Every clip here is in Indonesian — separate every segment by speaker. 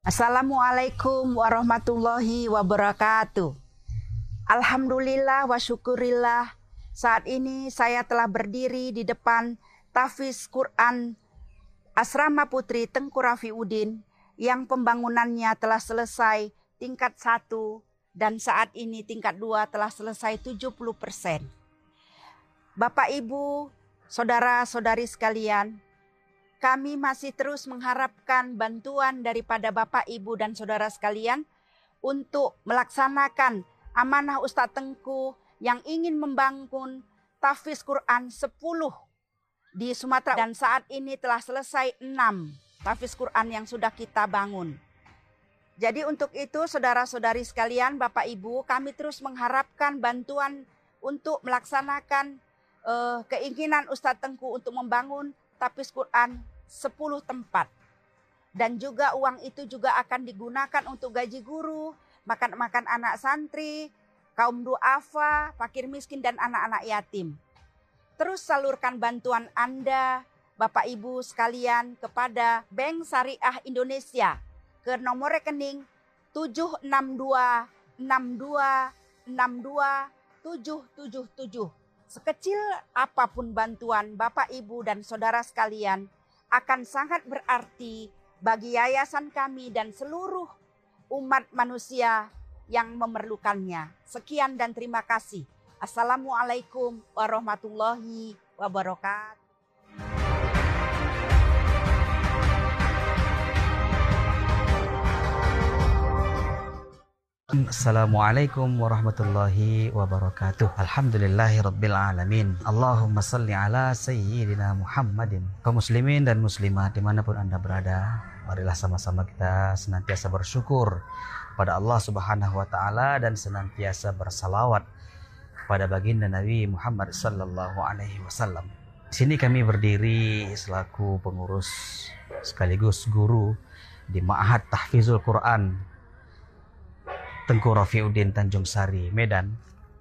Speaker 1: Assalamualaikum warahmatullahi wabarakatuh. Alhamdulillah wa syukurillah. Saat ini saya telah berdiri di depan Tahfiz Quran Asrama Putri Tengku Rafiuddin yang pembangunannya telah selesai tingkat 1 dan saat ini tingkat 2 telah selesai 70%. Bapak Ibu, saudara-saudari sekalian, kami masih terus mengharapkan bantuan daripada Bapak, Ibu, dan saudara sekalian untuk melaksanakan amanah Ustadz Tengku yang ingin membangun Tahfiz Quran 10 di Sumatera. Dan saat ini telah selesai 6 Tahfiz Quran yang sudah kita bangun. Jadi untuk itu saudara-saudari sekalian, Bapak, Ibu, kami terus mengharapkan bantuan untuk melaksanakan keinginan Ustadz Tengku untuk membangun Tahfiz Quran 10 tempat. Dan juga uang itu juga akan digunakan untuk gaji guru, makan anak santri, kaum duafa, fakir miskin, dan anak-anak yatim. Terus salurkan bantuan Anda, Bapak Ibu sekalian, kepada Bank Syariah Indonesia ke nomor rekening 76262627777. Sekecil apapun bantuan Bapak, Ibu, dan saudara sekalian akan sangat berarti bagi yayasan kami dan seluruh umat manusia yang memerlukannya. Sekian dan terima kasih. Assalamualaikum warahmatullahi wabarakatuh.
Speaker 2: Assalamualaikum warahmatullahi wabarakatuh. Alhamdulillahirabbil alamin. Allahumma salli ala sayyidina Muhammadin. Kaum muslimin dan muslimat dimanapun Anda berada, marilah sama-sama kita senantiasa bersyukur pada Allah Subhanahu wa taala dan senantiasa bersalawat pada baginda Nabi Muhammad sallallahu alaihi wasallam. Di sini kami berdiri selaku pengurus sekaligus guru di Ma'had Tahfizul Quran Tengku Rafiuddin Tanjung Sari, Medan.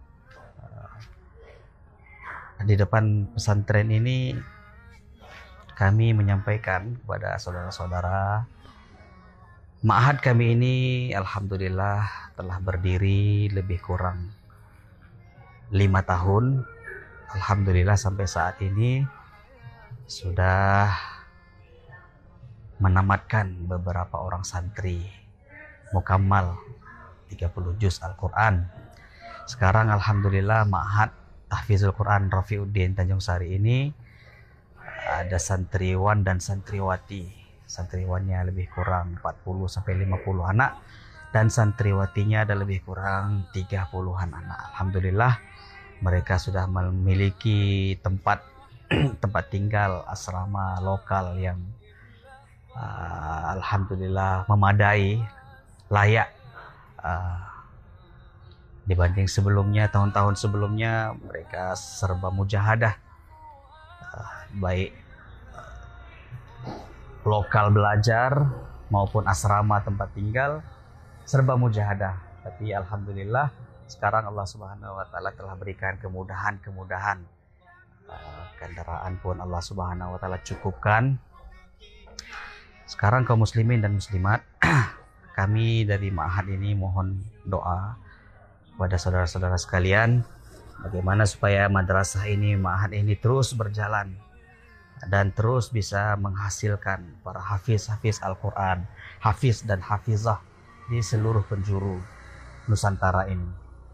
Speaker 2: Di depan pesantren ini kami menyampaikan kepada saudara-saudara, ma'had kami ini alhamdulillah telah berdiri lebih kurang 5 tahun. Alhamdulillah sampai saat ini sudah menamatkan beberapa orang santri mukammal 30 juz Al-Quran. Sekarang alhamdulillah Ma'had Tahfizul Quran Rafiuddin Tanjung Sari ini ada santriwan dan santriwati. Santriwannya lebih kurang 40 sampai 50 anak dan santriwatinya ada lebih kurang 30-an anak. Alhamdulillah mereka sudah memiliki tempat tempat tinggal asrama lokal yang alhamdulillah memadai, layak. Dibanding sebelumnya, tahun-tahun sebelumnya mereka serba mujahadah, baik lokal belajar maupun asrama tempat tinggal serba mujahadah. Tapi alhamdulillah sekarang Allah Subhanahu wa taala telah berikan kemudahan-kemudahan. Kendaraan pun Allah Subhanahu wa taala cukupkan. Sekarang kaum muslimin dan muslimat, kami dari Ma'had ini mohon doa kepada saudara-saudara sekalian bagaimana supaya madrasah ini, Ma'had ini terus berjalan dan terus bisa menghasilkan para hafiz-hafiz Al-Quran, hafiz dan hafizah di seluruh penjuru Nusantara ini.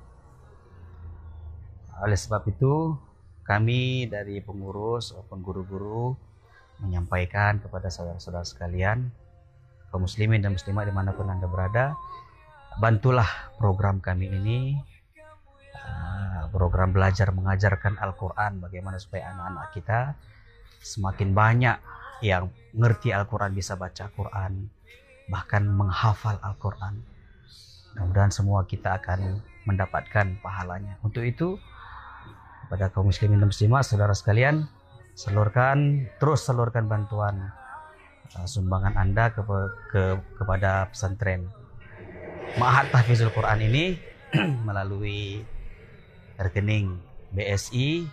Speaker 2: Oleh sebab itu kami dari pengurus maupun guru-guru menyampaikan kepada saudara-saudara sekalian, kaum muslimin dan muslimat dimanapun Anda berada, bantulah program kami ini, program belajar mengajarkan Al-Quran, bagaimana supaya anak-anak kita semakin banyak yang ngerti Al-Quran, bisa baca Quran, bahkan menghafal Al-Quran. Mudah-mudahan semua kita akan mendapatkan pahalanya. Untuk itu kepada kaum muslimin dan muslimat, saudara sekalian, terus salurkan bantuan sumbangan Anda kepada pesantren Ma'had Tahfizul Quran ini melalui rekening BSI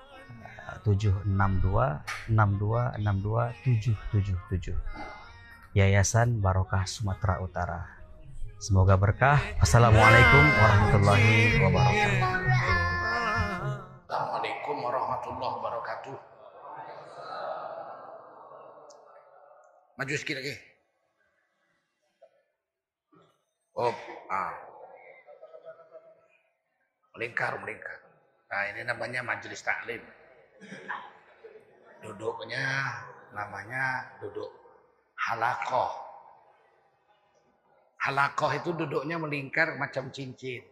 Speaker 2: 76262627777. Yayasan Barokah Sumatera Utara. Semoga berkah. Assalamualaikum warahmatullahi wabarakatuh.
Speaker 3: Assalamualaikum warahmatullahi wabarakatuh. Maju sikit lagi. Melingkar. Nah, ini namanya majelis taklim. Duduknya namanya duduk halakoh. Halakoh itu duduknya melingkar macam cincin.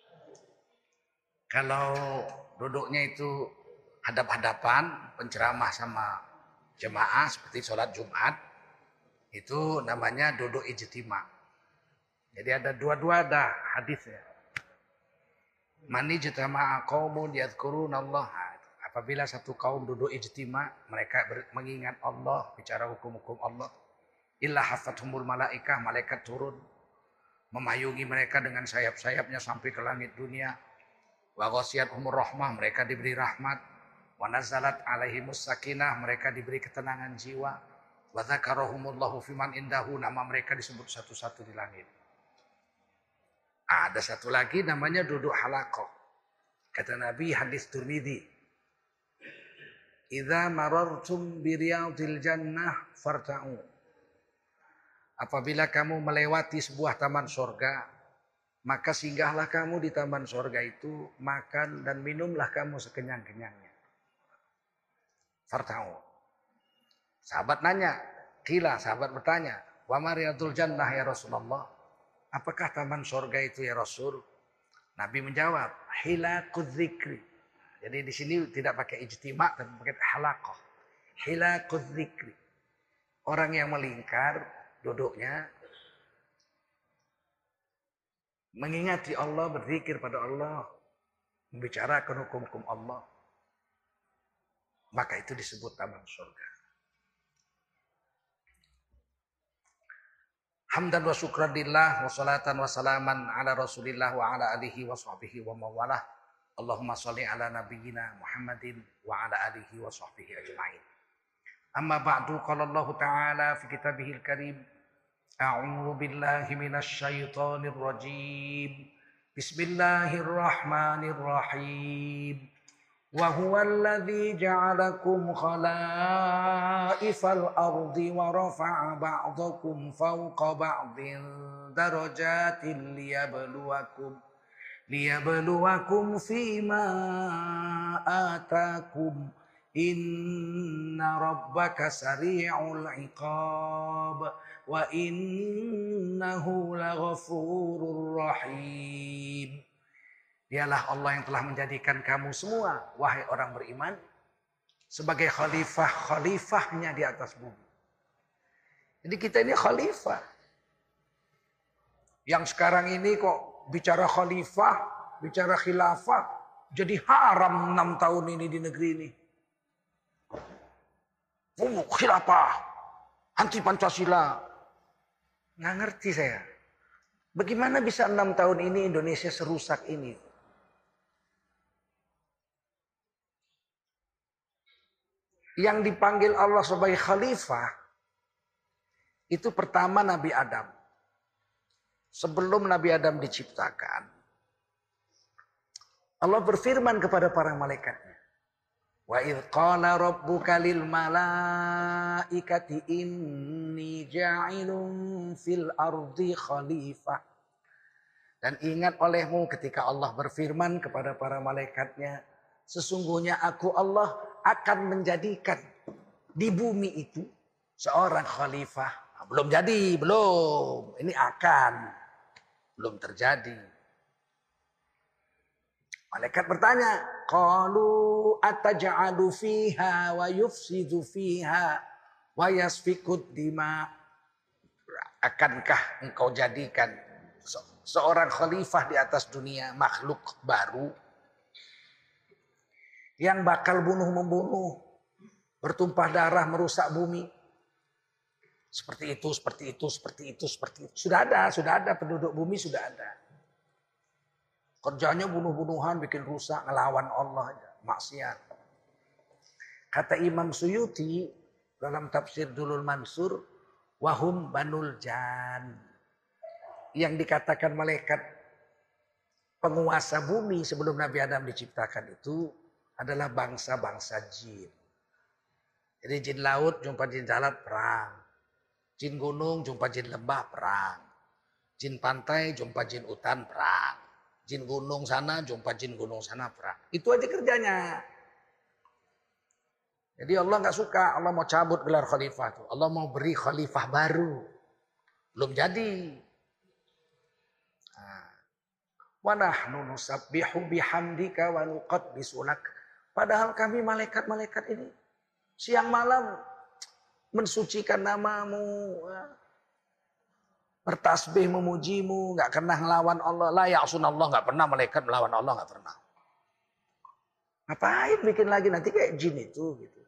Speaker 3: Kalau duduknya itu hadap-hadapan, penceramah sama jemaah seperti sholat Jumat, itu namanya duduk ijtima. Jadi ada dua-dua ada hadisnya. Mani ijtama'a qaumun yadhkurunallah. Apabila satu kaum duduk ijtima, mereka mengingat Allah, bicara hukum-hukum Allah. Illa hafathumul malaikah, malaikat turun memayungi mereka dengan sayap-sayapnya sampai ke langit dunia. Wa ghasiyatuhumur rahmah, mereka diberi rahmat. Wa nazalat alaihimus sakinah, mereka diberi ketenangan jiwa. Wa dzakarahumullahu fiman indahu, nama mereka disebut satu-satu di langit. Ada satu lagi namanya duduk halaqah. Kata Nabi hadis Tirmidzi, "Idza marartum bi riyadil jannah farta'u." Apabila kamu melewati sebuah taman surga, maka singgahlah kamu di taman surga itu, makan dan minumlah kamu sekenyang-kenyangnya. Farta'u. Sahabat nanya, sahabat bertanya, "Wa ma riyadul jannah ya Rasulullah?" Apakah taman surga itu ya Rasul? Nabi menjawab, hilaqudz dzikri. Jadi di sini tidak pakai ijtima, tapi pakai halaqah. Hilaqudz dzikri. Orang yang melingkar duduknya mengingati Allah, berzikir pada Allah, membicarakan hukum-hukum Allah. Maka itu disebut taman surga. Hamdan wa syukran lillah wa salatan wa salaman ala rasulillah wa ala alihi wa sahbihi wa mawalah. Allahumma salli ala nabiyyina Muhammadin wa ala alihi wa sahbihi ajma'in. Amma ba'du, qala Allah ta'ala fi kitabihil karim, a'udzu billahi minasy syaithanir rajim. Bismillahirrahmanirrahim. وهو الذي جعلكم خلائف الأرض ورفع بعضكم فوق بعض درجات ليبلوكم فيما آتاكم إن ربك سريع العقاب وإنه لغفور رحيم. Dialah Allah yang telah menjadikan kamu semua, wahai orang beriman, sebagai khalifah-khalifahnya di atas bumi. Jadi kita ini khalifah. Yang sekarang ini kok bicara khalifah, bicara khilafah, jadi haram 6 tahun ini di negeri ini. Khilafah, anti Pancasila. Nggak ngerti saya. Bagaimana bisa 6 tahun ini Indonesia serusak ini? Yang dipanggil Allah sebagai khalifah itu pertama Nabi Adam. Sebelum Nabi Adam diciptakan, Allah berfirman kepada para malaikatnya, wa idz qala rabbuka lil malaikati inni ja'ilun fil ardi khalifah. Dan ingat olehmu ketika Allah berfirman kepada para malaikatnya, sesungguhnya aku Allah akan menjadikan di bumi itu seorang khalifah. Belum jadi, belum. Ini akan. Belum terjadi. Malaikat bertanya, qalu ataj'alu fiha wa yufsidu fiha wa yasfikud dima. Akankah engkau jadikan seorang khalifah di atas dunia, makhluk baru yang bakal bunuh-membunuh, bertumpah darah, merusak bumi? Seperti itu. Sudah ada penduduk bumi, sudah ada. Kerjanya bunuh-bunuhan, bikin rusak, ngelawan Allah, maksiat. Kata Imam Suyuti dalam tafsir Durrul Mansur, Wahum banul jan. Yang dikatakan malaikat penguasa bumi sebelum Nabi Adam diciptakan itu adalah bangsa-bangsa jin. Jadi jin laut jumpa jin darat perang. Jin gunung jumpa jin lembah perang. Jin pantai jumpa jin hutan perang. Jin gunung sana jumpa jin gunung sana perang. Itu aja kerjanya. Jadi Allah nggak suka, Allah mau cabut gelar khalifah tuh. Allah mau beri khalifah baru. Belum jadi. Wa nahnu nusabbihu bihamdika wa nuqaddisu lak. Padahal kami malaikat-malaikat ini siang malam mensucikan namamu, bertasbih memujimu, nggak pernah ngelawan Allah. La ya'sunallah, nggak pernah malaikat melawan Allah, nggak pernah. Ngapain bikin lagi nanti kayak jin itu gitu.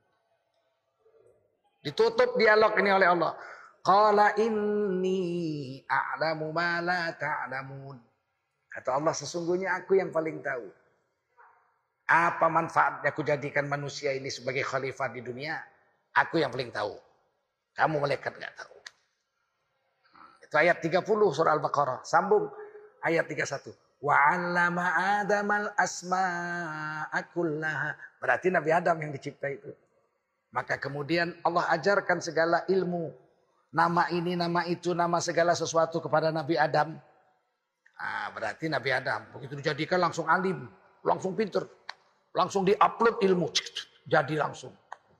Speaker 3: Ditutup dialog ini oleh Allah. Qala inni a'lamu ma la ta'lamun. Kata Allah, sesungguhnya aku yang paling tahu. Apa manfaatnya aku jadikan manusia ini sebagai khalifah di dunia? Aku yang paling tahu. Kamu malaikat gak tahu. Itu ayat 30 surah Al-Baqarah. Sambung ayat 31. Wa 'allama Adamal asma'a kullaha. Berarti Nabi Adam yang dicipta itu. Maka kemudian Allah ajarkan segala ilmu. Nama ini, nama itu, nama segala sesuatu kepada Nabi Adam. Nah, berarti Nabi Adam begitu dijadikan langsung alim, langsung pinter, langsung diupload ilmu, jadi langsung.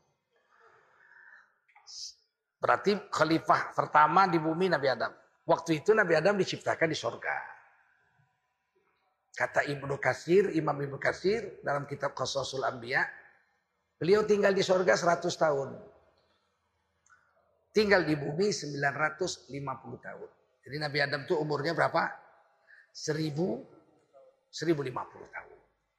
Speaker 3: Berarti khalifah pertama di bumi Nabi Adam. Waktu itu Nabi Adam diciptakan di surga. Kata Ibnu Katsir, Imam Ibnu Katsir dalam kitab Qasasul Anbiya, beliau tinggal di surga 100 tahun. Tinggal di bumi 950 tahun. Jadi Nabi Adam itu umurnya berapa? 1050 tahun.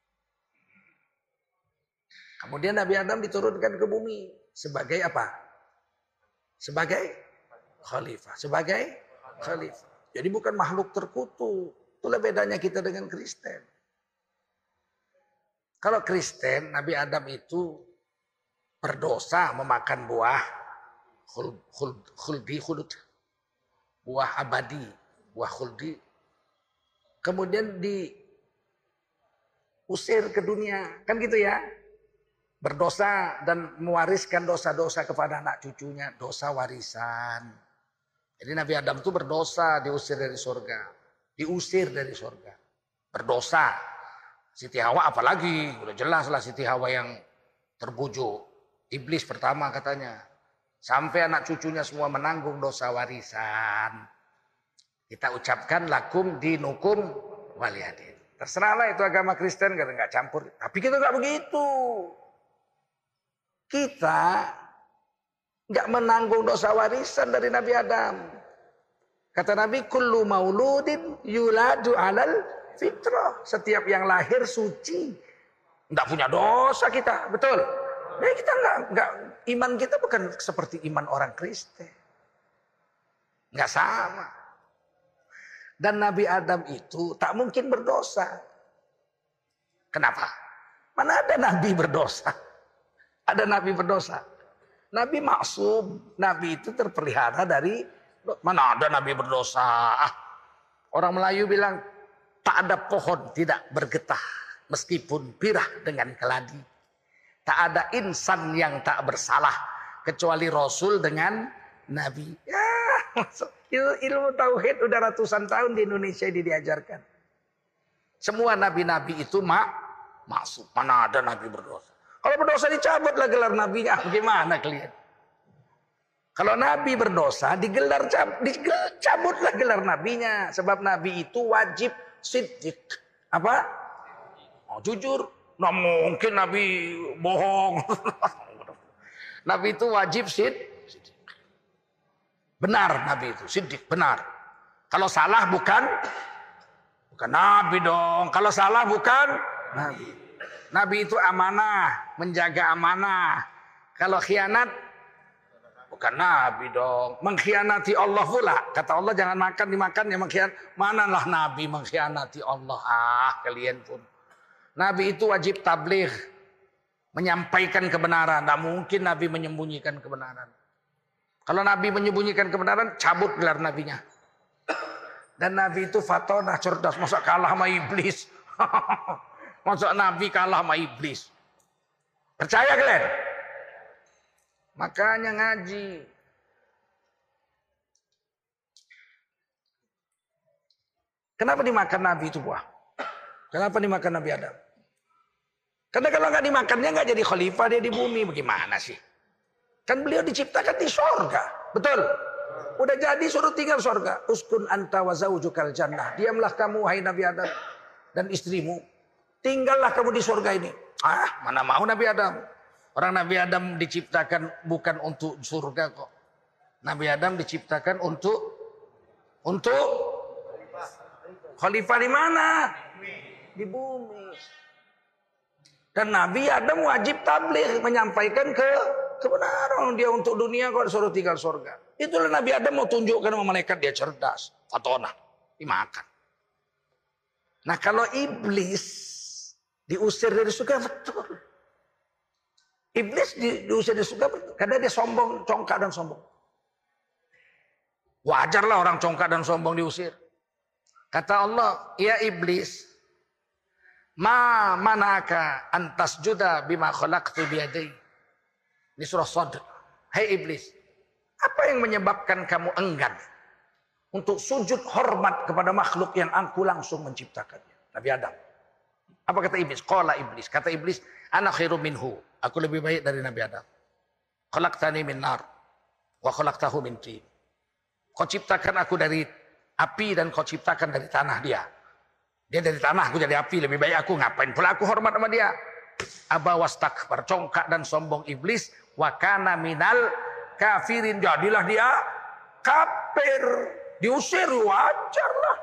Speaker 3: Kemudian Nabi Adam diturunkan ke bumi sebagai apa? Sebagai khalifah. Sebagai khalifah. Jadi bukan makhluk terkutuk. Itulah bedanya kita dengan Kristen. Kalau Kristen, Nabi Adam itu berdosa memakan buah khuldi, buah abadi, buah khuldi. Kemudian diusir ke dunia. Kan gitu ya. Berdosa dan mewariskan dosa-dosa kepada anak cucunya. Dosa warisan. Jadi Nabi Adam itu berdosa, diusir dari surga. Diusir dari surga. Berdosa. Siti Hawa apalagi. Udah jelas lah Siti Hawa yang terbujuk. Iblis pertama katanya. Sampai anak cucunya semua menanggung dosa warisan. Kita ucapkan lakum dinukum waliyadin. Terserahlah itu agama Kristen, nggak campur. Tapi kita nggak begitu. Kita nggak menanggung dosa warisan dari Nabi Adam. Kata Nabi, kullu mauludin yuladu alal fitrah. Setiap yang lahir suci. Nggak punya dosa kita, betul. Nah, kita nggak iman kita bukan seperti iman orang Kristen. Nggak sama. Dan Nabi Adam itu tak mungkin berdosa. Kenapa? Mana ada Nabi berdosa? Ada Nabi berdosa. Nabi maksum. Nabi itu terpelihara dari... Mana ada Nabi berdosa? Orang Melayu bilang, tak ada pohon tidak bergetah. Meskipun pirah dengan keladi. Tak ada insan yang tak bersalah. Kecuali Rasul dengan Nabi. Ya, ilmu tauhid udah ratusan tahun di Indonesia ini diajarkan. Semua nabi-nabi itu maksud. Mana ada nabi berdosa. Kalau berdosa dicabutlah gelar nabinya. Bagaimana kalian? Kalau nabi berdosa dicabutlah gelar nabinya. Sebab nabi itu wajib siddiq. Apa? Oh, jujur. Nah, mungkin nabi bohong. Nabi itu wajib siddiq. Benar Nabi itu, siddiq, benar. Kalau salah bukan Nabi dong. Kalau salah bukan Nabi. Nabi itu amanah, menjaga amanah. Kalau khianat bukan Nabi dong. Mengkhianati Allah pula. Kata Allah jangan makan dimakan yang mengkhianati. Manalah Nabi mengkhianati Allah. Kalian pun. Nabi itu wajib tabligh. Menyampaikan kebenaran. Tidak mungkin Nabi menyembunyikan kebenaran. Kalau Nabi menyembunyikan kebenaran, cabut gelar nabinya. Dan Nabi itu fatonah, cerdas. Masa kalah sama iblis? Masa Nabi kalah sama iblis? Percaya kalian? Makanya ngaji. Kenapa dimakan Nabi itu buah? Kenapa dimakan Nabi Adam? Karena kalau nggak dimakannya nggak jadi khalifah dia di bumi. Bagaimana sih? Kan beliau diciptakan di sorga. Betul? Udah jadi suruh tinggal sorga. Uskun anta wa zaujukal jannah. Diamlah kamu hai Nabi Adam dan istrimu. Tinggallah kamu di sorga ini. Ah, mana mau Nabi Adam. Orang Nabi Adam diciptakan bukan untuk surga kok. Nabi Adam diciptakan untuk khalifah di mana? Di bumi. Dan Nabi Adam wajib tabligh, menyampaikan kebenaran. Dia untuk dunia kok suruh tinggal surga. Itulah Nabi Adam mau tunjukkan sama malaikat dia cerdas. Fatonah. Dimakan. Nah kalau iblis diusir dari surga, betul. Iblis diusir dari surga betul. Karena dia sombong, congkak dan sombong. Wajarlah orang congkak dan sombong diusir. Kata Allah, ya iblis, ma manaka antas juda bima khalaqtu biyadai. Ini surah Shad. Hai iblis, apa yang menyebabkan kamu enggan untuk sujud hormat kepada makhluk yang aku langsung menciptakannya? Nabi Adam. Apa kata iblis? Qala iblis. Kata iblis, ana khairum minhu. Aku lebih baik dari Nabi Adam. Khalaqtani min nar wa khalaqtahu min tin. Kau ciptakan aku dari api dan kau ciptakan dari tanah dia. Dia dari tanah, aku jadi api. Lebih baik aku, ngapain pula aku hormat sama dia. Aba wastakbar, congkak dan sombong iblis. Wa kana minal kafirin, jadilah dia kafir. Diusir, wajarlah.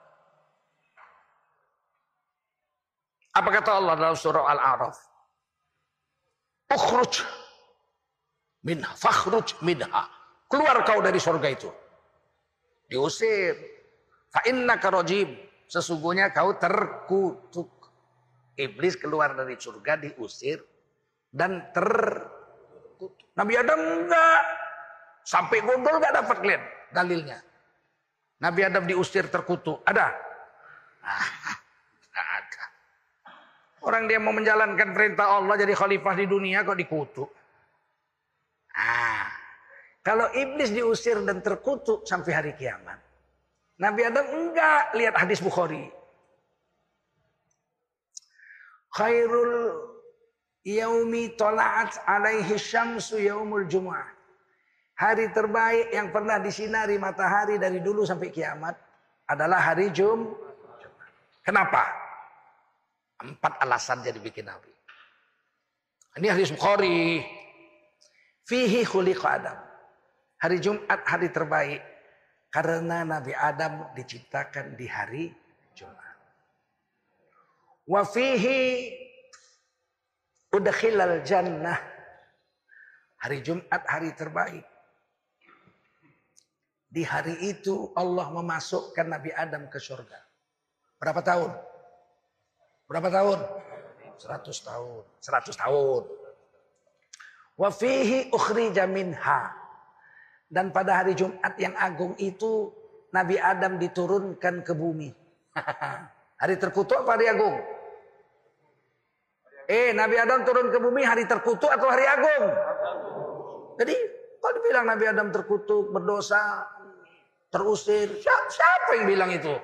Speaker 3: Apa kata Allah dalam surah Al-A'raf? Ukhruj minha, fakhruj minha. Keluar kau dari surga itu. Diusir. Fa innaka rajim. Sesungguhnya kau terkutuk. Iblis keluar dari surga, diusir dan terkutuk. Nabi Adam enggak. Sampai gondol enggak dapat kalian dalilnya. Nabi Adam diusir terkutuk. Ada? Enggak ada. Orang dia mau menjalankan perintah Allah jadi khalifah di dunia kok dikutuk. Kalau iblis diusir dan terkutuk sampai hari kiamat. Nabi Adam enggak. Lihat hadis Bukhari. Khairul yaumi tola'at alaihi syamsu yaumul jum'ah. Hari terbaik yang pernah disinari matahari dari dulu sampai kiamat adalah hari Jumat. Kenapa? 4 alasan jadi bikin Nabi. Ini hadis Bukhari. Fihi khuliqa Adam. Hari Jumat hari terbaik. Karena Nabi Adam diciptakan di hari Jumat. Wa fihi udkhilal jannah. Hari Jumat hari terbaik. Di hari itu Allah memasukkan Nabi Adam ke surga. Berapa tahun? Berapa tahun? 100 tahun. 100 tahun. Wa fihi ukhrija minha. Dan pada hari Jumat yang agung itu Nabi Adam diturunkan ke bumi. Hari terkutuk apa hari agung? Nabi Adam turun ke bumi hari terkutuk atau hari agung? Jadi kalau dibilang Nabi Adam terkutuk, berdosa, terusir, siapa yang bilang itu?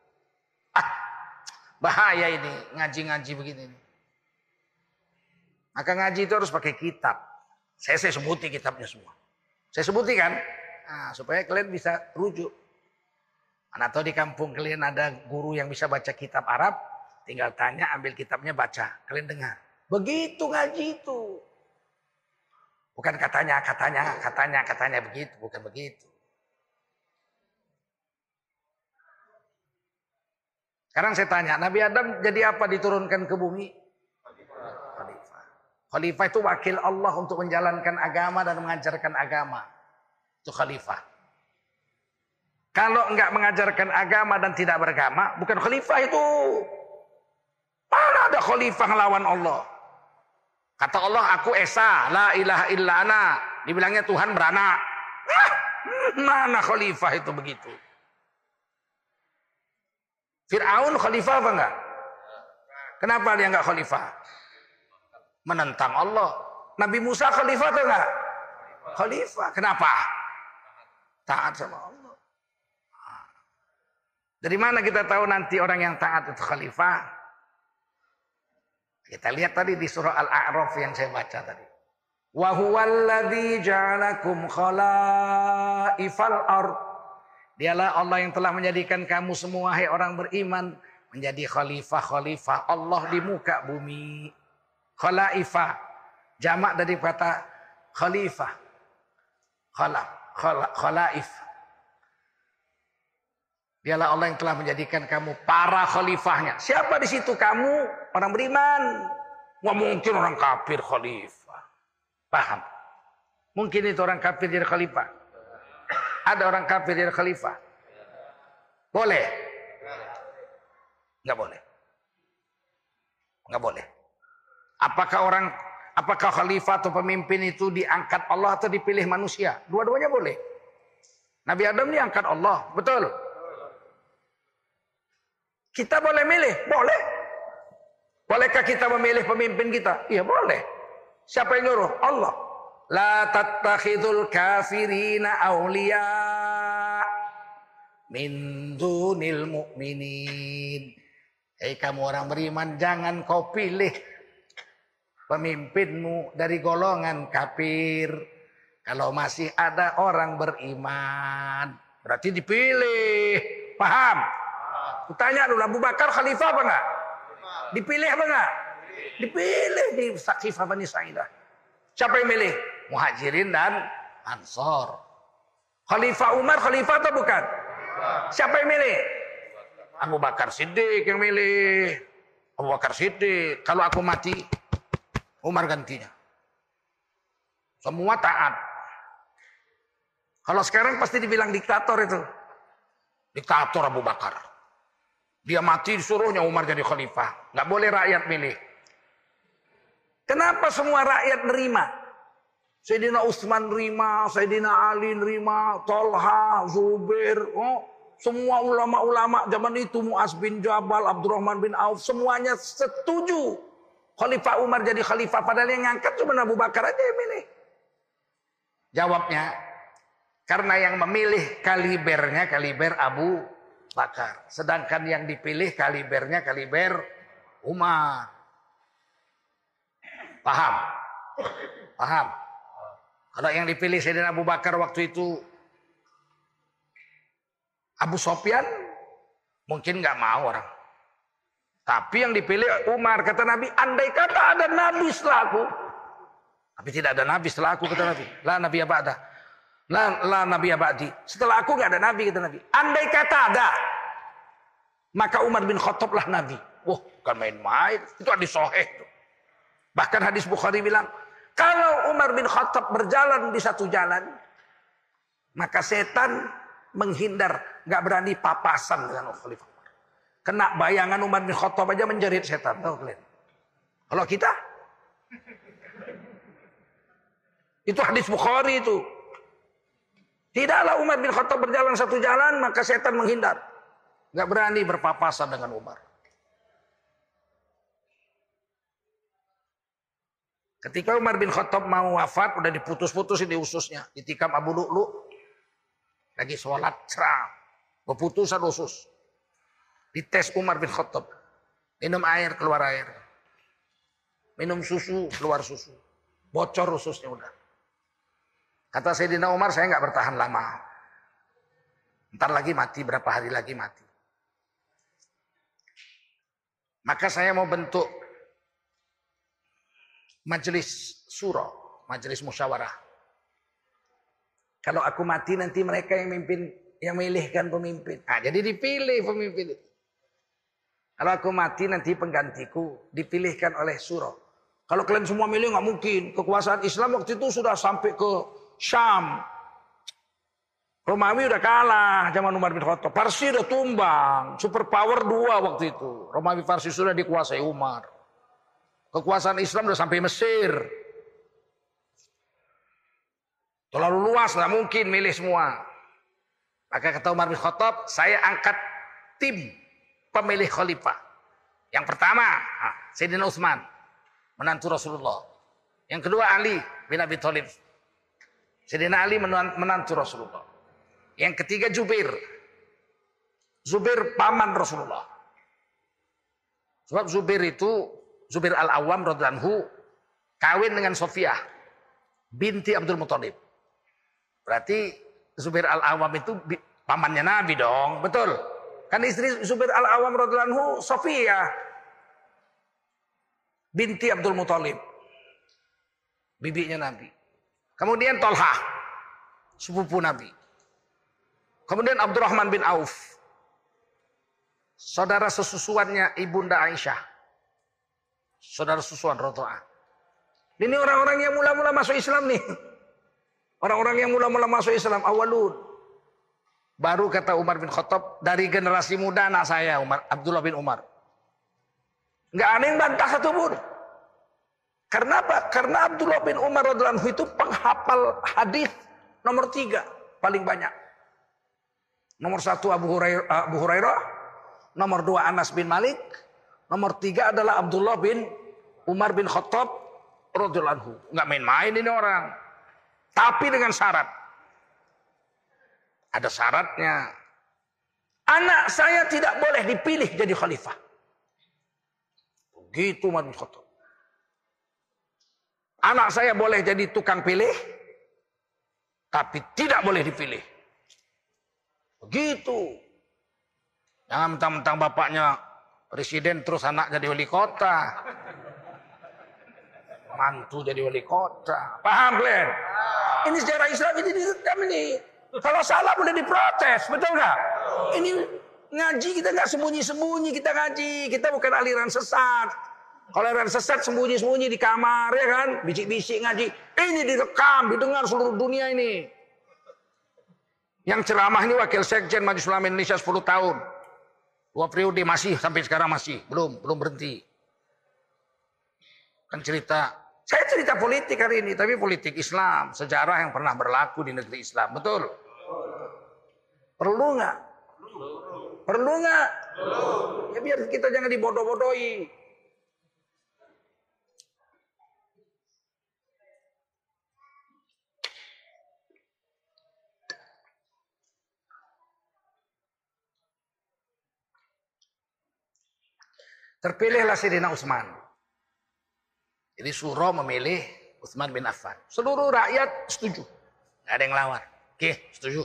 Speaker 3: Bahaya ini ngaji-ngaji begini. Maka ngaji itu harus pakai kitab. Saya sebutin kitabnya semua. Saya sebutin kan, supaya kalian bisa rujuk. Atau di kampung kalian ada guru yang bisa baca kitab Arab, tinggal tanya, ambil kitabnya baca, kalian dengar. Begitu ngaji itu. Bukan katanya begitu, bukan begitu. Sekarang saya tanya, Nabi Adam jadi apa diturunkan ke bumi? Khalifah itu wakil Allah untuk menjalankan agama dan mengajarkan agama. Itu khalifah. Kalau enggak mengajarkan agama dan tidak beragama, bukan khalifah itu. Mana ada khalifah ngelawan Allah? Kata Allah, aku Esa, la ilaha illa ana. Dibilangnya Tuhan beranak. Mana khalifah itu begitu? Fir'aun khalifah apa enggak? Kenapa dia enggak khalifah? Menentang Allah. Nabi Musa khalifah atau enggak? Khalifah. Kenapa? Taat sama Allah. Dari mana kita tahu nanti orang yang taat itu khalifah? Kita lihat tadi di surah Al-A'raf yang saya baca tadi. Wa huwallazi ja'alakum khalaifal ard. Dialah Allah yang telah menjadikan kamu semua hai orang beriman menjadi khalifah-khalifah Allah di muka bumi. Khalaifah jamak dari kata khalifah. Khalaif. Dialah Allah yang telah menjadikan kamu para khalifahnya. Siapa di situ kamu? Orang beriman. Nggak mungkin orang kafir khalifah. Paham? Mungkin itu orang kafir jadi khalifah. Ada orang kafir jadi khalifah. Boleh? Nggak boleh. Nggak boleh. Apakah khalifah atau pemimpin itu diangkat Allah atau dipilih manusia? Dua-duanya boleh. Nabi Adam diangkat Allah, betul? Kita boleh milih? Boleh. Bolehkah kita memilih pemimpin kita? Iya boleh. Siapa yang nyuruh? Allah. La tattakhidul kafirina awliya min dunil mu'minin. Hei kamu orang beriman, jangan kau pilih pemimpinmu dari golongan kafir. Kalau masih ada orang beriman, berarti dipilih. Paham? Kutanya dulu, Abu Bakar khalifah apa enggak? Dipilih apa enggak? Dipilih di Saqifah Bani Sa'idah. Siapa yang milih? Muhajirin dan Ansor. Khalifah Umar khalifah atau bukan? Siapa yang milih? Abu Bakar Siddiq yang milih. Abu Bakar Siddiq. Kalau aku mati, Umar gantinya. Semua taat. Kalau sekarang pasti dibilang diktator itu. Diktator Abu Bakar. Dia mati disuruhnya Umar jadi khalifah. Nggak boleh rakyat milih. Kenapa semua rakyat nerima? Sayyidina Utsman nerima, Sayyidina Ali nerima, Tolha, Zubair, semua ulama-ulama zaman itu, Mu'az bin Jabal, Abdurrahman bin Auf, semuanya setuju Khalifah Umar jadi khalifah. Padahal yang ngangkat cuma Abu Bakar aja yang milih. Jawabnya, karena yang memilih kaliber Abu Bakar. Sedangkan yang dipilih kaliber Umar. Paham? Paham? Kalau yang dipilih Sayyidina Abu Bakar waktu itu Abu Sofyan, mungkin nggak mau orang. Tapi yang dipilih Umar, kata Nabi, andai kata ada Nabi setelahku. Tapi tidak ada Nabi setelahku, kata Nabi. La Nabi ba'da. La Nabi ba'di. Setelah aku nggak ada Nabi, kata Nabi. Andai kata ada, maka Umar bin Khattab lah Nabi. Wah, bukan main-main. Itu hadis sahih. Bahkan hadis Bukhari bilang, kalau Umar bin Khattab berjalan di satu jalan, maka setan menghindar, nggak berani papasan dengan Khalifah Umar. Kena bayangan Umar bin Khattab aja menjerit setan. Tahu kalian? Kalau kita, itu hadis Bukhari itu. Tidaklah Umar bin Khattab berjalan satu jalan, maka setan menghindar, nggak berani berpapasan dengan Umar. Ketika Umar bin Khattab mau wafat, udah diputus-putusin di ususnya. Ditikam Abu Lu'lu. Lagi sholat, seram. Keputusan usus. Dites Umar bin Khattab. Minum air, keluar air. Minum susu, keluar susu. Bocor ususnya udah. Kata Sayyidina Umar, saya nggak bertahan lama. Ntar lagi mati, berapa hari lagi mati. Maka saya mau bentuk majelis suro, majelis musyawarah. Kalau aku mati nanti mereka yang mimpin, yang milihkan pemimpin. Nah, jadi dipilih pemimpin itu. Kalau aku mati nanti penggantiku dipilihkan oleh suro. Kalau kalian semua milih nggak mungkin. Kekuasaan Islam waktu itu sudah sampai ke Syam. Romawi udah kalah zaman Umar bin Khattab. Parsi udah tumbang. Superpower 2 waktu itu. Romawi Parsi sudah dikuasai Umar. Kekuasaan Islam udah sampai Mesir. Terlalu luas, nggak mungkin milih semua. Maka kata Umar bin Khattab, saya angkat tim pemilih khalifah. Yang pertama, Sayyidina Utsman, menantu Rasulullah. Yang kedua, Ali bin Abi Thalib. Sayyidina Ali menantu Rasulullah. Yang ketiga, Zubair. Zubair paman Rasulullah. Sebab Zubair itu, Zubair Al-Awwam radhiyallahu anhu, kawin dengan Sofiyah binti Abdul Muthalib. Berarti Zubair Al-Awwam itu pamannya Nabi dong, betul? Kan istri Zubair Al-Awwam radhiyallahu anhu Sofiyah binti Abdul Muthalib, bibinya Nabi. Kemudian Tolha, sepupu Nabi. Kemudian Abdurrahman bin Auf, saudara sesusuannya Ibunda Aisyah, saudara sesusuan Roto'ah. Ini orang-orang yang mula-mula masuk Islam nih. Orang-orang yang mula-mula masuk Islam, awalun. Baru kata Umar bin Khattab, dari generasi muda anak saya, Abdullah bin Umar. Nggak ada yang bantah satu pun. Karena apa? Karena Abdullah bin Umar radhiyallahu anhu itu penghafal hadis nomor 3 paling banyak. Nomor 1 Abu Hurairah, nomor 2 Anas bin Malik, nomor 3 adalah Abdullah bin Umar bin Khattab radhiyallahu anhu. Nggak main-main ini orang. Tapi dengan syarat. Ada syaratnya. Anak saya tidak boleh dipilih jadi khalifah. Begitu Umar bin Khattab. Anak saya boleh jadi tukang pilih, tapi tidak boleh dipilih. Begitu. Jangan mentang-mentang bapaknya presiden terus anak jadi wali kota. Mantu jadi wali kota. Paham kalian? Ini sejarah Islam ini direkam ini. Kalau salah boleh diprotes, betul nggak? Ini ngaji kita nggak sembunyi-sembunyi kita ngaji. Kita bukan aliran sesat. Kalau aliran sesat sembunyi-sembunyi di kamar ya kan, bisik-bisik ngaji. Ini direkam, didengar seluruh dunia ini. Yang ceramah ini wakil sekjen Majelis Ulama Indonesia 10 tahun. 2 periode masih sampai sekarang masih belum berhenti. Kan cerita. Saya cerita politik hari ini, tapi politik Islam, sejarah yang pernah berlaku di negeri Islam, betul? Perlu nggak? Perlu nggak? Ya biar kita jangan dibodoh-bodohi. Terpilihlah Sayyidina Utsman. Jadi Syuro memilih Utsman bin Affan. Seluruh rakyat setuju. Nggak ada yang lawan. Oke, setuju.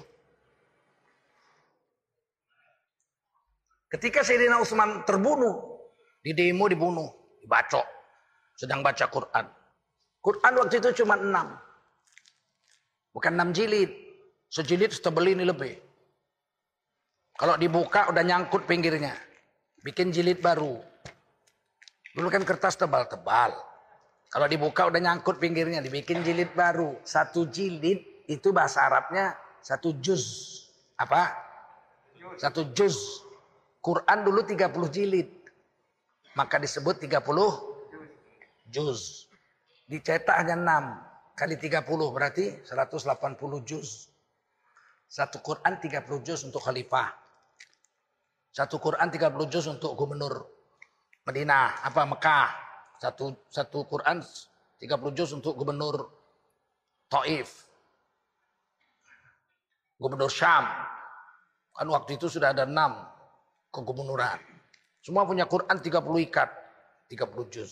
Speaker 3: Ketika Sayyidina Utsman terbunuh, di demo dibunuh, dibacok. Sedang baca Quran. Quran waktu itu cuma 6. Bukan 6 jilid. Sejilid setebel ini lebih. Kalau dibuka udah nyangkut pinggirnya. Bikin jilid baru. Dulu kan kertas tebal-tebal. Kalau dibuka udah nyangkut pinggirnya, dibikin jilid baru. 1 jilid itu bahasa Arabnya 1 juz. Apa? 1 juz. Quran dulu 30 jilid. Maka disebut 30 juz. Dicetak hanya 6 kali 30 berarti 180 juz. 1 Quran 30 juz untuk khalifah. 1 Quran 30 juz untuk gubernur Madinah, Mekah. Satu Quran 30 juz untuk gubernur Taif. Gubernur Syam. Kan waktu itu sudah ada 6 kegubernuran. Semua punya Quran 30 ikat. 30 juz.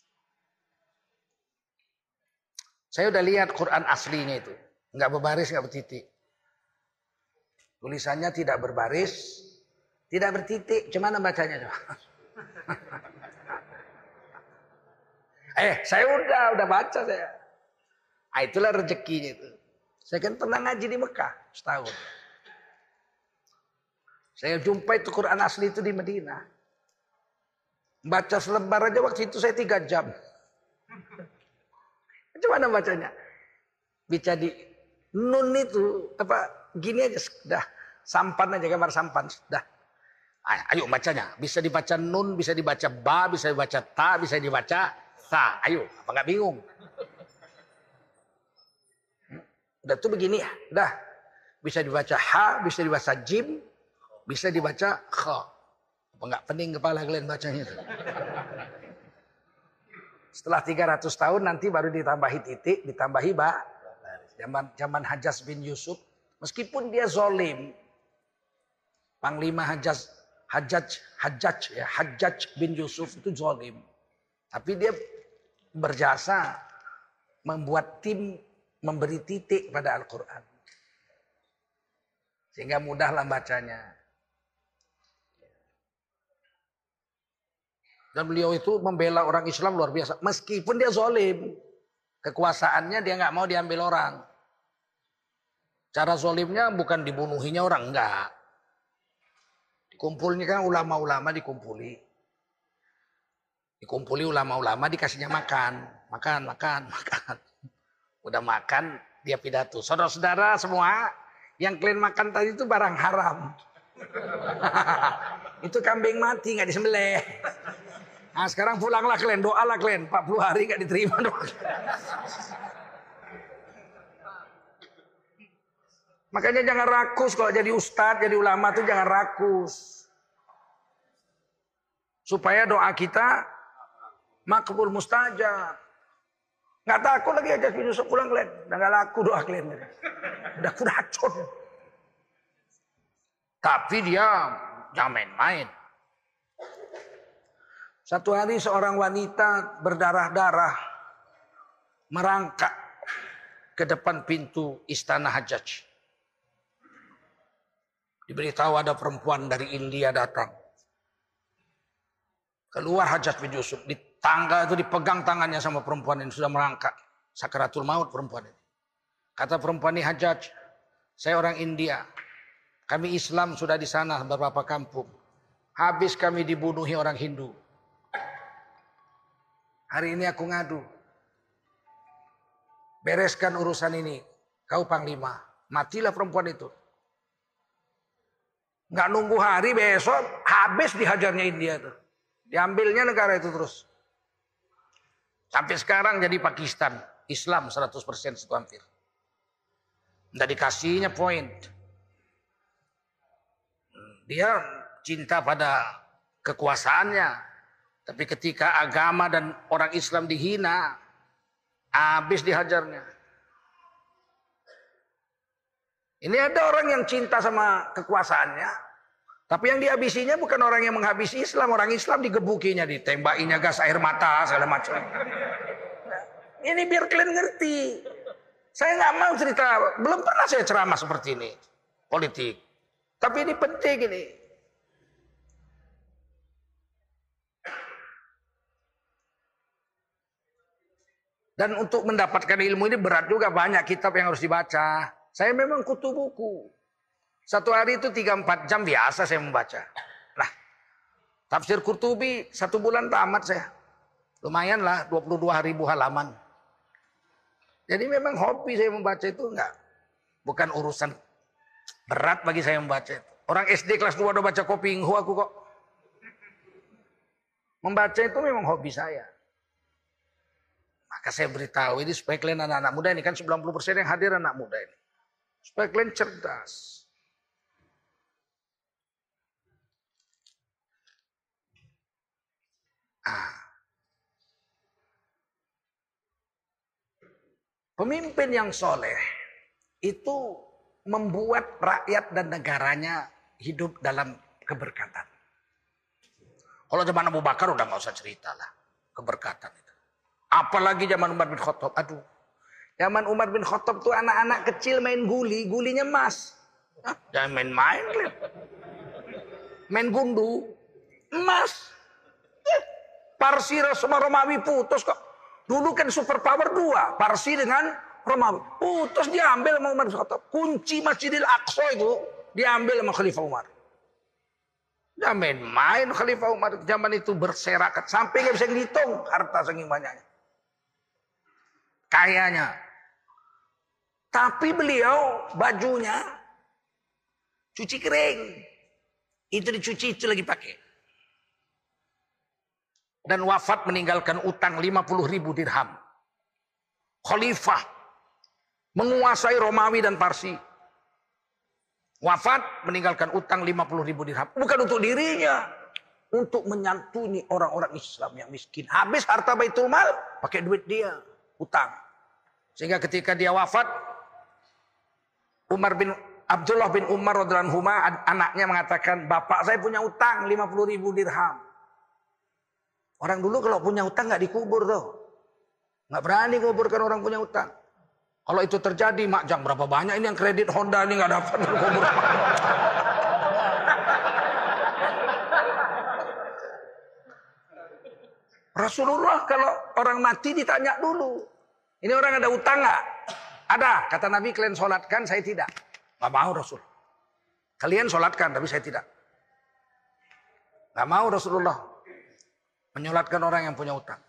Speaker 3: Saya udah lihat Quran aslinya itu. Nggak berbaris, nggak bertitik. Tulisannya tidak berbaris, tidak bertitik. Cuman bacanya. Saya udah baca saya. Itulah rezekinya itu. Saya kan pernah ngaji di Mekah setahun. Saya jumpa itu Quran asli itu di Madinah. Baca selebar aja waktu itu saya 3 jam. Gimana bacanya? Baca di nun itu gini aja dah. Sampan aja, gambar sampan dah. Ayo bacanya. Bisa dibaca nun, bisa dibaca ba, bisa dibaca ta, bisa dibaca sa. Ayo, apa nggak bingung? Udah tuh begini ya. Udah. Bisa dibaca ha, bisa dibaca jim, bisa dibaca kha. Apa enggak pening kepala kalian bacanya tuh. Setelah 300 tahun nanti baru ditambahi titik, ditambahi ba. Zaman Hajjaj bin Yusuf, meskipun dia zolim, Panglima Hajjaj bin Yusuf itu zolim. Tapi dia berjasa membuat tim memberi titik pada Al-Quran. Sehingga mudahlah bacanya. Dan beliau itu membela orang Islam luar biasa. Meskipun dia zolim. Kekuasaannya dia nggak mau diambil orang. Cara zolimnya bukan dibunuhinya orang, enggak. Dikumpulnya kan ulama-ulama dikumpuli. Dikumpuli ulama-ulama dikasihnya makan. Makan. Udah makan dia pidato. Saudara-saudara semua yang kalian makan tadi itu barang haram. Itu kambing mati nggak disembelih. Nah sekarang pulanglah kalian, doalah kalian. 40 hari nggak diterima doa. Makanya jangan rakus kalau jadi ustadz, jadi ulama tuh jangan rakus. Supaya doa kita makbul mustajab. Nggak takut lagi aja Yusuf pulang kalian. Udah nggak laku doa kalian. Udah kuracun. Tapi dia jangan main-main. Satu hari seorang wanita berdarah-darah merangkak ke depan pintu istana Hajjaj. Diberitahu ada perempuan dari India datang. Keluar Hajjaj bin Yusuf. Di tangga itu dipegang tangannya sama perempuan yang sudah merangkak. Sakaratul maut perempuan ini. Kata perempuan ini, Hajjaj, saya orang India. Kami Islam sudah di sana beberapa kampung. Habis kami dibunuhi orang Hindu. Hari ini aku ngadu. Bereskan urusan ini. Kau panglima. Matilah perempuan itu. Nggak nunggu hari, besok habis dihajarnya India itu. Diambilnya negara itu terus. Sampai sekarang jadi Pakistan. Islam 100% itu hampir. Nggak dikasihnya poin. Dia cinta pada kekuasaannya. Tapi ketika agama dan orang Islam dihina, habis dihajarnya. Ini ada orang yang cinta sama kekuasaannya. Tapi yang dihabisinya bukan orang yang menghabisi Islam. Orang Islam digebukinya, ditembakinya gas air mata, segala macam. Ini biar kalian ngerti. Saya nggak mau cerita, belum pernah saya ceramah seperti ini. Politik. Tapi ini penting ini. Dan untuk mendapatkan ilmu ini berat juga, banyak kitab yang harus dibaca. Saya memang kutu buku. Satu hari itu 3-4 jam biasa saya membaca. Nah, tafsir Qurtubi 1 bulan tamat saya. Lumayan lah, 22.000 halaman. Jadi memang hobi saya membaca itu enggak. Bukan urusan berat bagi saya membaca itu. Orang SD kelas 2 udah baca Kopinghu aku kok. Membaca itu memang hobi saya. Maka saya beritahu ini supaya kalian anak-anak muda ini, kan 90% yang hadir anak muda ini. Supaya kalian cerdas. Pemimpin yang soleh itu membuat rakyat dan negaranya hidup dalam keberkatan. Kalau zaman Abu Bakar udah nggak usah cerita lah keberkatan itu. Apalagi zaman Umar bin Khattab. Aduh, zaman Umar bin Khattab tuh anak-anak kecil main guli, gulinya emas. Jangan main-main, main gundu, emas. Parsi sama Romawi putus kok. Dulu kan super power 2, Parsi dengan Romawi. Putus diambil sama Umar bin Khattab. Kunci Masjidil Aqsa itu diambil sama Khalifah Umar. Jangan main-main Khalifah Umar. Zaman itu berserakat sampai nggak bisa ngitung harta saking banyaknya. Kayanya. Tapi beliau bajunya cuci kering. Itu dicuci, itu lagi pakai. Dan wafat meninggalkan utang 50.000 dirham. Khalifah menguasai Romawi dan Parsi. Wafat meninggalkan utang 50.000 dirham. Bukan untuk dirinya, untuk menyantuni orang-orang Islam yang miskin. Habis harta Baitul Mal, pakai duit dia, utang. Sehingga ketika dia wafat, Abdullah bin Umar radhiyallahu anhu, anaknya mengatakan, bapak saya punya utang 50.000 dirham. Orang dulu kalau punya utang nggak dikubur tuh. Nggak berani kuburkan orang punya utang. Kalau itu terjadi, Mak Jang berapa banyak ini yang kredit Honda ini nggak dapat kubur. Rasulullah kalau orang mati ditanya dulu. Ini orang ada utang nggak? Ada. Kata Nabi, kalian sholatkan, saya tidak. Nggak mau Rasul. Kalian sholatkan, tapi saya tidak. Nggak mau Rasulullah menyolatkan orang yang punya utang.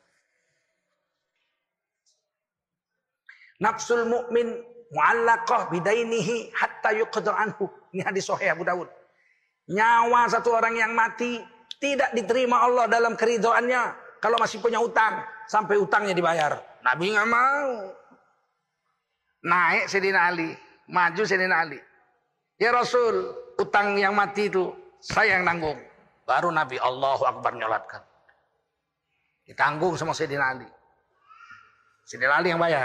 Speaker 3: Nafsul mu'min mu'allaqah bidainihi hatta yuqda anhu. Ini hadis sahih Abu Dawud. Nyawa satu orang yang mati tidak diterima Allah dalam keridhaannya kalau masih punya utang sampai utangnya dibayar. Nabi nggak mau. Naik Sayyidina Ali, maju Sayyidina Ali. Ya Rasul, utang yang mati itu saya yang nanggung. Baru Nabi Allahu Akbar nyolatkan. Ditanggung sama Sayyidina Ali. Sayyidina Ali yang bayar.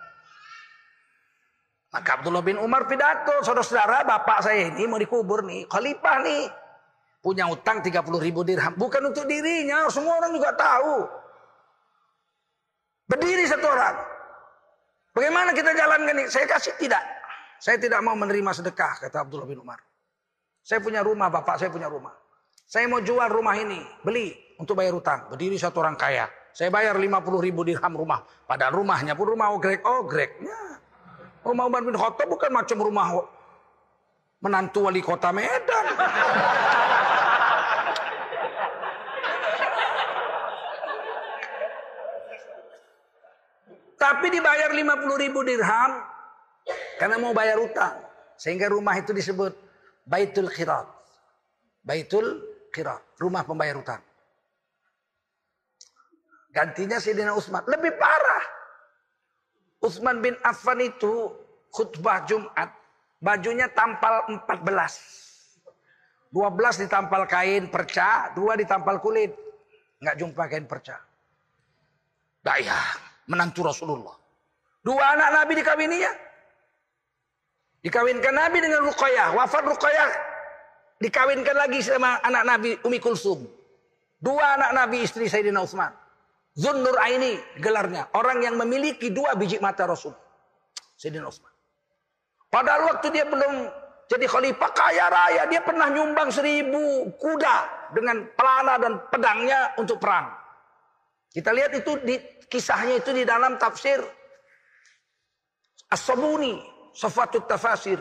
Speaker 3: Maka Abdullah bin Umar pidato, saudara-saudara, bapak saya ini mau dikubur nih, khalifah nih, punya utang 30.000 dirham, bukan untuk dirinya, semua orang juga tahu. Berdiri satu orang, bagaimana kita jalankan ini? Saya kasih tidak, saya tidak mau menerima sedekah, kata Abdullah bin Umar. Saya punya rumah, bapak saya punya rumah, saya mau jual rumah ini, beli untuk bayar utang. Berdiri satu orang kaya, saya bayar 50.000 dirham rumah, padahal rumahnya pun rumah ogrek-ogreknya. Rumah Umar bin Khattab bukan macam rumah menantu wali kota Medan. Tapi dibayar 50.000 dirham karena mau bayar utang. Sehingga rumah itu disebut Baitul Qirat. Baitul Qirat, rumah pembayar utang. Gantinya Sayyidina Utsman, lebih parah. Utsman bin Affan itu khutbah Jumat, bajunya tampal 14. 12 ditampal kain perca, 2 ditampal kulit. Nggak jumpa kain perca. Daya, menantu Rasulullah. 2 anak Nabi dikawininya. Dikawinkan Nabi dengan Ruqayyah. Wafat Ruqayyah, dikawinkan lagi sama anak Nabi Umi Kulsum. 2 anak Nabi istri Sayyidina Utsman. Zunnur Aini gelarnya. Orang yang memiliki 2 biji mata Rasul. Sayyidina Utsman. Padahal waktu dia belum jadi khalifah kaya raya. Dia pernah nyumbang 1.000 kuda. Dengan pelana dan pedangnya untuk perang. Kita lihat itu kisahnya itu di dalam tafsir As-Sabuni. Safatut Tafasir.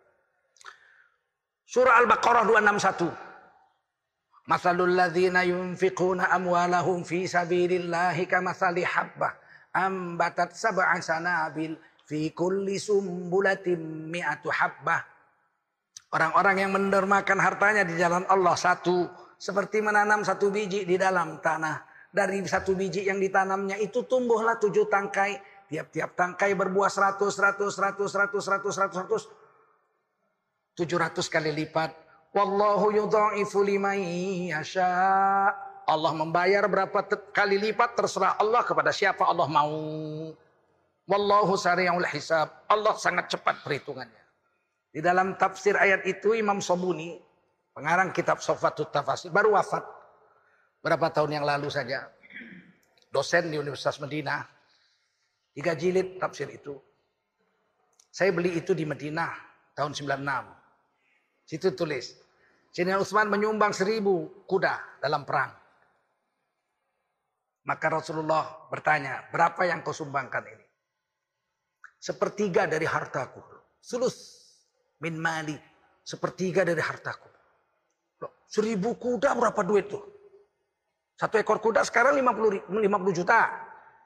Speaker 3: Surah Al-Baqarah 261. Masalul ladzina yunfiquna amwalahum fi sabilillahi kamathali habbah ambatat sab'a sanabil fi kulli sumbulatin mi'atu habbah. Orang-orang yang mendermakan hartanya di jalan Allah seperti menanam 1 biji di dalam tanah. Dari 1 biji yang ditanamnya itu tumbuhlah 7 tangkai. Tiap-tiap tangkai berbuah 100 700 kali lipat. Wallahu yudha'ifu liman yasha. Allah membayar berapa kali lipat terserah Allah kepada siapa Allah mau. Wallahu sari'ul hisab. Allah sangat cepat perhitungannya. Di dalam tafsir ayat itu Imam Sabuni, pengarang kitab Safatut Tafasir, baru wafat berapa tahun yang lalu saja. Dosen di Universitas Madinah. 3 jilid tafsir itu. Saya beli itu di Madinah tahun 96. Situ tulis, Sayyidina Utsman menyumbang 1.000 kuda dalam perang. Maka Rasulullah bertanya, berapa yang kau sumbangkan ini? 1/3 dari hartaku. Sulus min mali. 1/3 dari hartaku. 1.000 kuda berapa duit tuh? 1 ekor kuda sekarang 50 juta.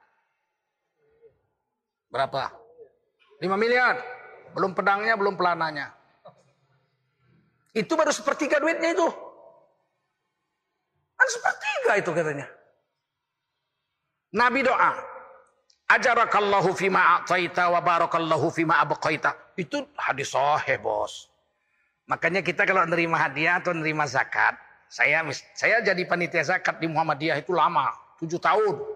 Speaker 3: Berapa? 5 miliar. Belum pedangnya, belum pelananya. Itu baru 1/3 duitnya itu. Kan 1/3 itu katanya. Nabi doa. Ajarakallahu fima a'taita wa barakallahu fima abqaita. Itu hadis sahih, Bos. Makanya kita kalau nerima hadiah atau nerima zakat, saya jadi panitia zakat di Muhammadiyah itu lama, 7 tahun.